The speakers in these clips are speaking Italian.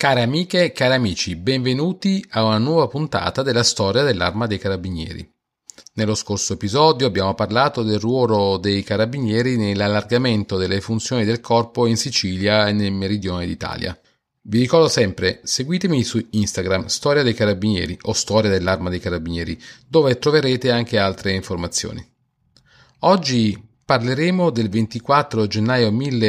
Care amiche e cari amici, benvenuti a una nuova puntata della storia dell'Arma dei Carabinieri. Nello scorso episodio abbiamo parlato del ruolo dei Carabinieri nell'allargamento delle funzioni del corpo in Sicilia e nel meridione d'Italia. Vi ricordo sempre, seguitemi su Instagram, Storia dei Carabinieri o Storia dell'Arma dei Carabinieri, dove troverete anche altre informazioni. Oggi parleremo del 24 gennaio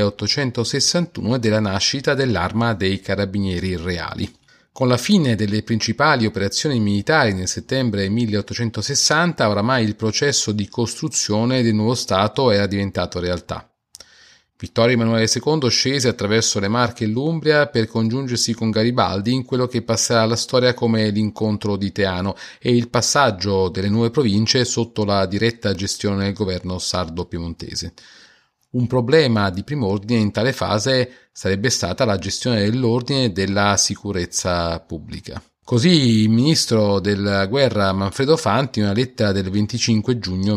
1861 e della nascita dell'Arma dei Carabinieri Reali. Con la fine delle principali operazioni militari nel settembre 1860, oramai il processo di costruzione del nuovo Stato era diventato realtà. Vittorio Emanuele II scese attraverso le Marche e l'Umbria per congiungersi con Garibaldi in quello che passerà alla storia come l'incontro di Teano e il passaggio delle nuove province sotto la diretta gestione del governo sardo-piemontese. Un problema di prim'ordine in tale fase sarebbe stata la gestione dell'ordine e della sicurezza pubblica. Così il ministro della guerra Manfredo Fanti in una lettera del 25 giugno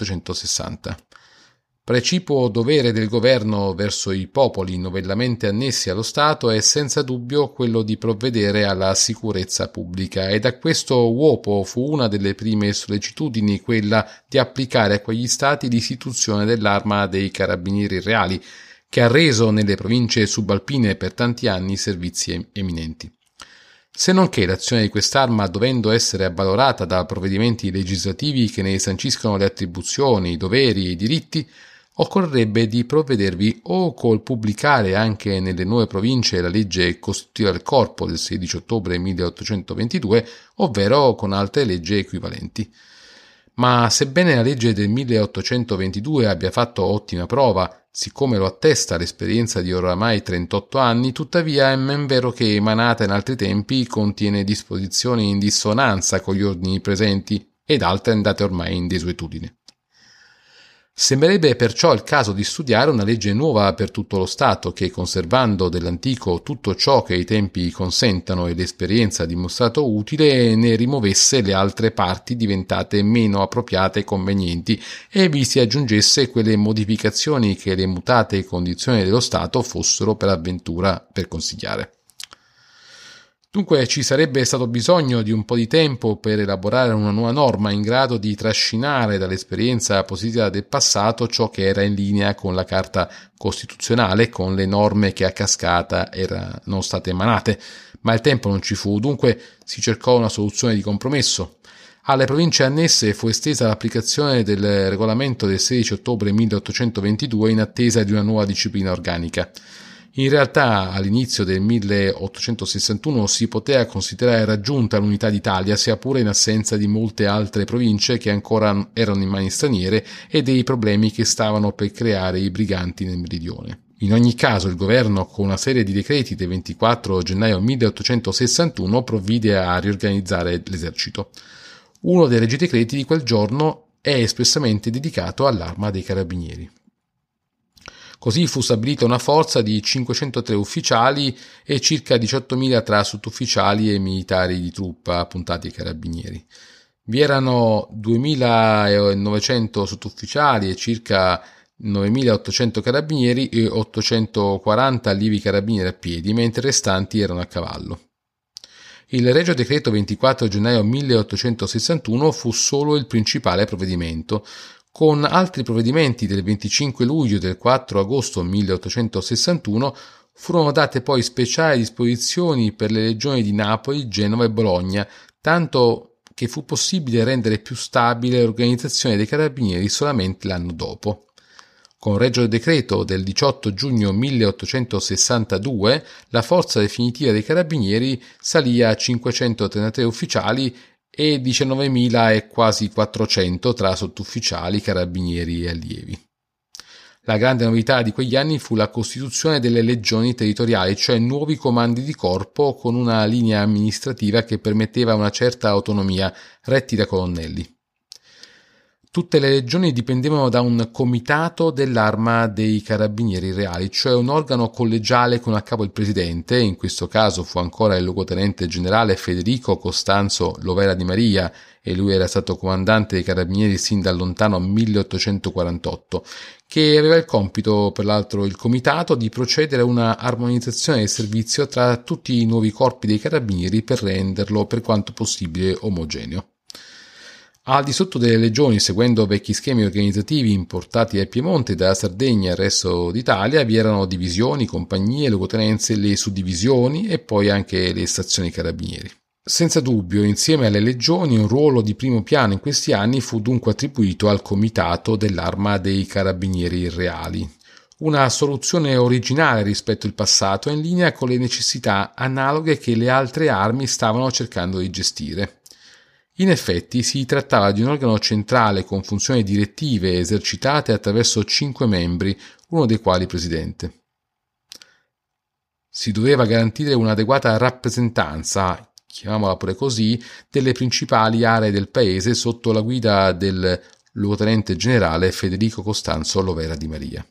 1860. Precipuo dovere del governo verso i popoli novellamente annessi allo Stato è senza dubbio quello di provvedere alla sicurezza pubblica, ed a questo uopo fu una delle prime sollecitudini quella di applicare a quegli stati l'istituzione dell'Arma dei Carabinieri Reali, che ha reso nelle province subalpine per tanti anni servizi eminenti. Se non che l'azione di quest'arma, dovendo essere avvalorata da provvedimenti legislativi che ne sanciscono le attribuzioni, i doveri e i diritti, occorrerebbe di provvedervi o col pubblicare anche nelle nuove province la legge costitutiva del corpo del 16 ottobre 1822, ovvero con altre leggi equivalenti. Ma sebbene la legge del 1822 abbia fatto ottima prova, siccome lo attesta l'esperienza di oramai 38 anni, tuttavia è men vero che, emanata in altri tempi, contiene disposizioni in dissonanza con gli ordini presenti ed altre andate ormai in desuetudine. Sembrerebbe perciò il caso di studiare una legge nuova per tutto lo Stato che, conservando dell'antico tutto ciò che i tempi consentano e l'esperienza ha dimostrato utile, ne rimovesse le altre parti diventate meno appropriate e convenienti e vi si aggiungesse quelle modificazioni che le mutate condizioni dello Stato fossero per avventura per consigliare. Dunque ci sarebbe stato bisogno di un po' di tempo per elaborare una nuova norma in grado di trascinare dall'esperienza positiva del passato ciò che era in linea con la Carta Costituzionale, con le norme che a cascata erano state emanate, ma il tempo non ci fu, dunque si cercò una soluzione di compromesso. Alle province annesse fu estesa l'applicazione del regolamento del 16 ottobre 1822 in attesa di una nuova disciplina organica. In realtà, all'inizio del 1861 si poteva considerare raggiunta l'unità d'Italia, sia pure in assenza di molte altre province che ancora erano in mani straniere e dei problemi che stavano per creare i briganti nel meridione. In ogni caso, il governo, con una serie di decreti del 24 gennaio 1861, provvide a riorganizzare l'esercito. Uno dei regi decreti di quel giorno è espressamente dedicato all'Arma dei Carabinieri. Così fu stabilita una forza di 503 ufficiali e circa 18.000 tra sottufficiali e militari di truppa appuntati ai carabinieri. Vi erano 2.900 sottufficiali e circa 9.800 carabinieri e 840 allievi carabinieri a piedi, mentre i restanti erano a cavallo. Il Regio Decreto 24 gennaio 1861 fu solo il principale provvedimento, con altri provvedimenti del 25 luglio e del 4 agosto 1861 furono date poi speciali disposizioni per le legioni di Napoli, Genova e Bologna, tanto che fu possibile rendere più stabile l'organizzazione dei carabinieri solamente l'anno dopo. Con Regio Decreto del 18 giugno 1862 la forza definitiva dei carabinieri salì a 533 ufficiali e 19.000 e quasi 400 tra sottufficiali, carabinieri e allievi. La grande novità di quegli anni fu la costituzione delle legioni territoriali, cioè nuovi comandi di corpo con una linea amministrativa che permetteva una certa autonomia, retti da colonnelli. Tutte le legioni dipendevano da un comitato dell'Arma dei Carabinieri Reali, cioè un organo collegiale con a capo il presidente, in questo caso fu ancora il luogotenente generale Federico Costanzo Lovera di Maria, e lui era stato comandante dei Carabinieri sin dal lontano 1848, che aveva il compito, peraltro il comitato, di procedere a una armonizzazione del servizio tra tutti i nuovi corpi dei Carabinieri per renderlo per quanto possibile omogeneo. Al di sotto delle legioni, seguendo vecchi schemi organizzativi importati dal Piemonte, dalla Sardegna e il resto d'Italia, vi erano divisioni, compagnie, luogotenenze, le suddivisioni e poi anche le stazioni carabinieri. Senza dubbio, insieme alle legioni, un ruolo di primo piano in questi anni fu dunque attribuito al Comitato dell'Arma dei Carabinieri Reali. Una soluzione originale rispetto al passato, in linea con le necessità analoghe che le altre armi stavano cercando di gestire. In effetti si trattava di un organo centrale con funzioni direttive esercitate attraverso 5 membri, uno dei quali presidente. Si doveva garantire un'adeguata rappresentanza, chiamiamola pure così, delle principali aree del paese sotto la guida del luogotenente generale Federico Costanzo Lovera di Maria.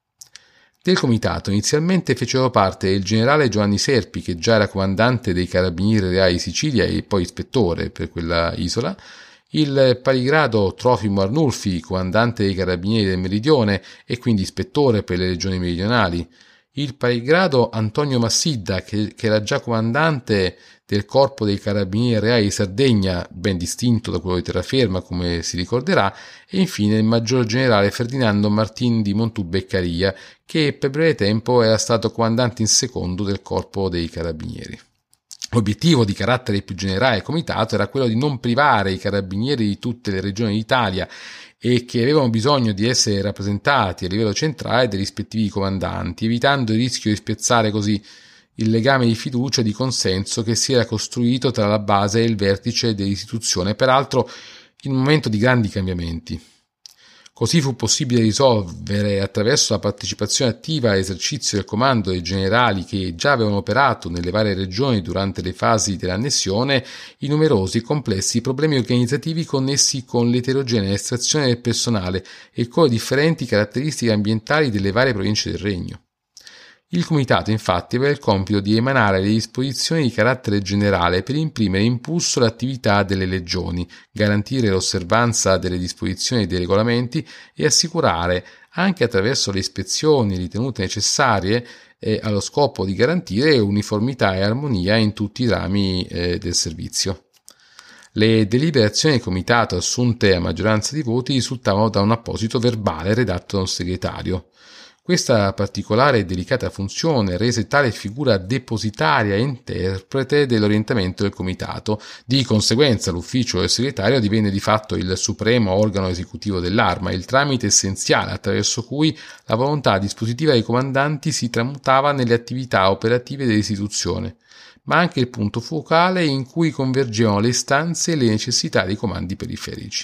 Del comitato inizialmente fecero parte il generale Giovanni Serpi, che già era comandante dei Carabinieri Reali di Sicilia e poi ispettore per quella isola, il parigrado Trofimo Arnulfi, comandante dei Carabinieri del Meridione e quindi ispettore per le regioni meridionali, il parigrado Antonio Massidda, che era già comandante del Corpo dei Carabinieri Reali di Sardegna, ben distinto da quello di Terraferma, come si ricorderà, e infine il maggior generale Ferdinando Martin di Montù Beccaria, che per breve tempo era stato comandante in secondo del Corpo dei Carabinieri. L'obiettivo di carattere più generale del comitato era quello di non privare i carabinieri di tutte le regioni d'Italia e che avevano bisogno di essere rappresentati a livello centrale dai rispettivi comandanti, evitando il rischio di spezzare così il legame di fiducia e di consenso che si era costruito tra la base e il vertice dell'istituzione, peraltro in un momento di grandi cambiamenti. Così fu possibile risolvere, attraverso la partecipazione attiva all'esercizio del comando dei generali che già avevano operato nelle varie regioni durante le fasi dell'annessione, i numerosi e complessi problemi organizzativi connessi con l'eterogenea estrazione del personale e con le differenti caratteristiche ambientali delle varie province del Regno. Il comitato infatti aveva il compito di emanare le disposizioni di carattere generale per imprimere impulso all'attività delle legioni, garantire l'osservanza delle disposizioni e dei regolamenti e assicurare, anche attraverso le ispezioni ritenute necessarie, allo scopo di garantire uniformità e armonia in tutti i rami del servizio. Le deliberazioni del comitato assunte a maggioranza di voti risultavano da un apposito verbale redatto da un segretario. Questa particolare e delicata funzione rese tale figura depositaria e interprete dell'orientamento del comitato. Di conseguenza l'ufficio del segretario divenne di fatto il supremo organo esecutivo dell'arma, il tramite essenziale attraverso cui la volontà dispositiva dei comandanti si tramutava nelle attività operative dell'istituzione, ma anche il punto focale in cui convergevano le istanze e le necessità dei comandi periferici.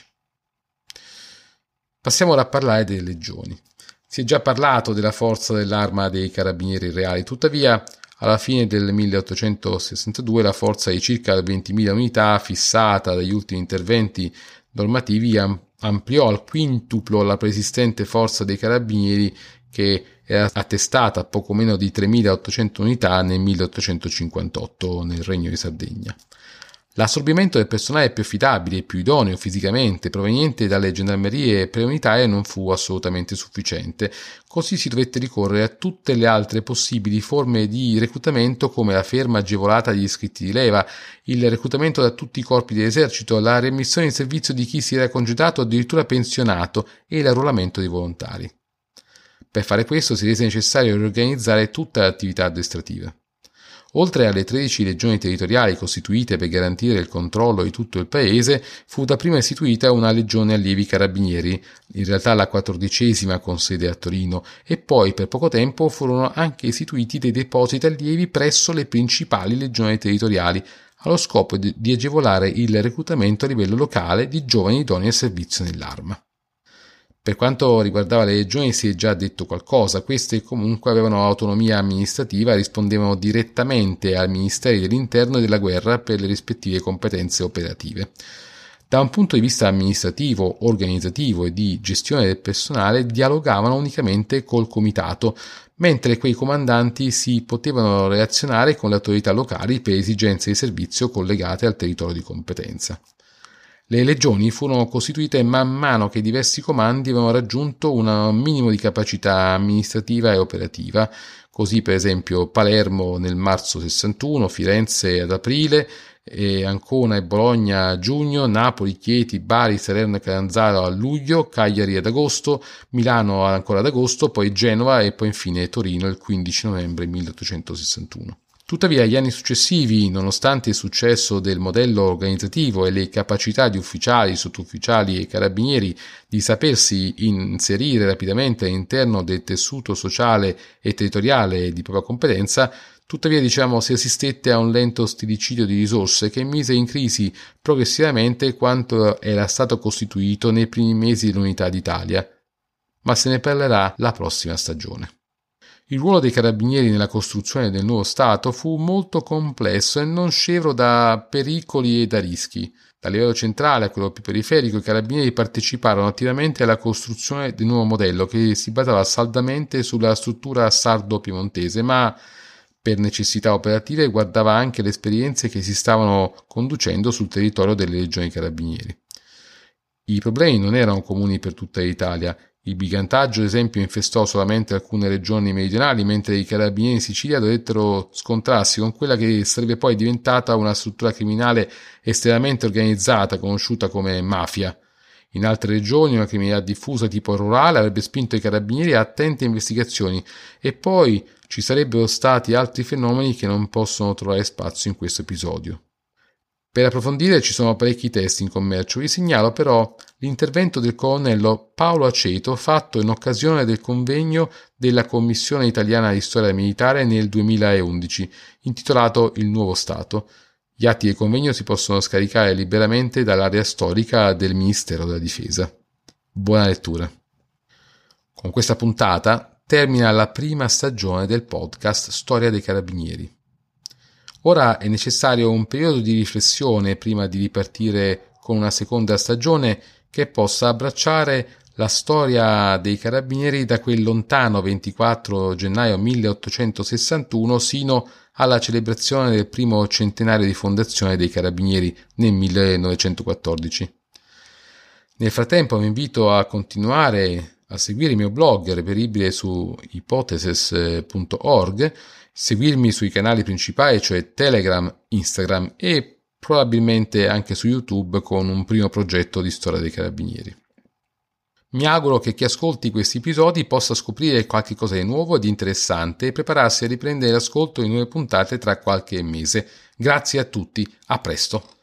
Passiamo ora a parlare delle legioni. Si è già parlato della forza dell'Arma dei Carabinieri Reali, tuttavia alla fine del 1862 la forza di circa 20.000 unità fissata dagli ultimi interventi normativi ampliò al quintuplo la preesistente forza dei Carabinieri, che era attestata a poco meno di 3.800 unità nel 1858 nel Regno di Sardegna. L'assorbimento del personale più affidabile e più idoneo fisicamente proveniente dalle gendarmerie preunitarie non fu assolutamente sufficiente, così si dovette ricorrere a tutte le altre possibili forme di reclutamento, come la ferma agevolata degli iscritti di leva, il reclutamento da tutti i corpi dell'esercito, la riammissione in servizio di chi si era congedato o addirittura pensionato e l'arruolamento dei volontari. Per fare questo si rese necessario riorganizzare tutta l'attività addestrativa. Oltre alle 13 legioni territoriali costituite per garantire il controllo di tutto il paese, fu dapprima istituita una legione allievi carabinieri, in realtà la 14ª con sede a Torino, e poi per poco tempo furono anche istituiti dei depositi allievi presso le principali legioni territoriali, allo scopo di agevolare il reclutamento a livello locale di giovani idonei al servizio nell'arma. Per quanto riguardava le legioni si è già detto qualcosa, queste comunque avevano autonomia amministrativa e rispondevano direttamente ai Ministeri dell'Interno e della Guerra per le rispettive competenze operative. Da un punto di vista amministrativo, organizzativo e di gestione del personale dialogavano unicamente col comitato, mentre quei comandanti si potevano relazionare con le autorità locali per esigenze di servizio collegate al territorio di competenza. Le legioni furono costituite man mano che diversi comandi avevano raggiunto un minimo di capacità amministrativa e operativa, così per esempio Palermo nel marzo 61, Firenze ad aprile, e Ancona e Bologna a giugno, Napoli, Chieti, Bari, Salerno e Catanzaro a luglio, Cagliari ad agosto, Milano ancora ad agosto, poi Genova e poi infine Torino il 15 novembre 1861. Tuttavia, gli anni successivi, nonostante il successo del modello organizzativo e le capacità di ufficiali, sottufficiali e carabinieri di sapersi inserire rapidamente all'interno del tessuto sociale e territoriale di propria competenza, tuttavia si assistette a un lento stillicidio di risorse che mise in crisi progressivamente quanto era stato costituito nei primi mesi dell'Unità d'Italia. Ma se ne parlerà la prossima stagione. Il ruolo dei carabinieri nella costruzione del nuovo Stato fu molto complesso e non scevro da pericoli e da rischi. Dal livello centrale a quello più periferico, i carabinieri parteciparono attivamente alla costruzione del nuovo modello che si basava saldamente sulla struttura sardo-piemontese, ma per necessità operative guardava anche le esperienze che si stavano conducendo sul territorio delle legioni carabinieri. I problemi non erano comuni per tutta l'Italia. Il brigantaggio, ad esempio, infestò solamente alcune regioni meridionali, mentre i carabinieri in Sicilia dovettero scontrarsi con quella che sarebbe poi diventata una struttura criminale estremamente organizzata, conosciuta come mafia. In altre regioni una criminalità diffusa tipo rurale avrebbe spinto i carabinieri a attente investigazioni e poi ci sarebbero stati altri fenomeni che non possono trovare spazio in questo episodio. Per approfondire ci sono parecchi testi in commercio, vi segnalo però l'intervento del colonnello Paolo Aceto fatto in occasione del convegno della Commissione Italiana di Storia Militare nel 2011, intitolato Il Nuovo Stato. Gli atti del convegno si possono scaricare liberamente dall'area storica del Ministero della Difesa. Buona lettura. Con questa puntata termina la prima stagione del podcast Storia dei Carabinieri. Ora è necessario un periodo di riflessione prima di ripartire con una seconda stagione che possa abbracciare la storia dei carabinieri da quel lontano 24 gennaio 1861 sino alla celebrazione del primo centenario di fondazione dei carabinieri nel 1914. Nel frattempo vi invito a continuare a seguire il mio blog reperibile su hypothesis.org, seguirmi sui canali principali, cioè Telegram, Instagram e probabilmente anche su YouTube con un primo progetto di storia dei carabinieri. Mi auguro che chi ascolti questi episodi possa scoprire qualche cosa di nuovo e di interessante e prepararsi a riprendere l'ascolto di nuove puntate tra qualche mese. Grazie a tutti, a presto!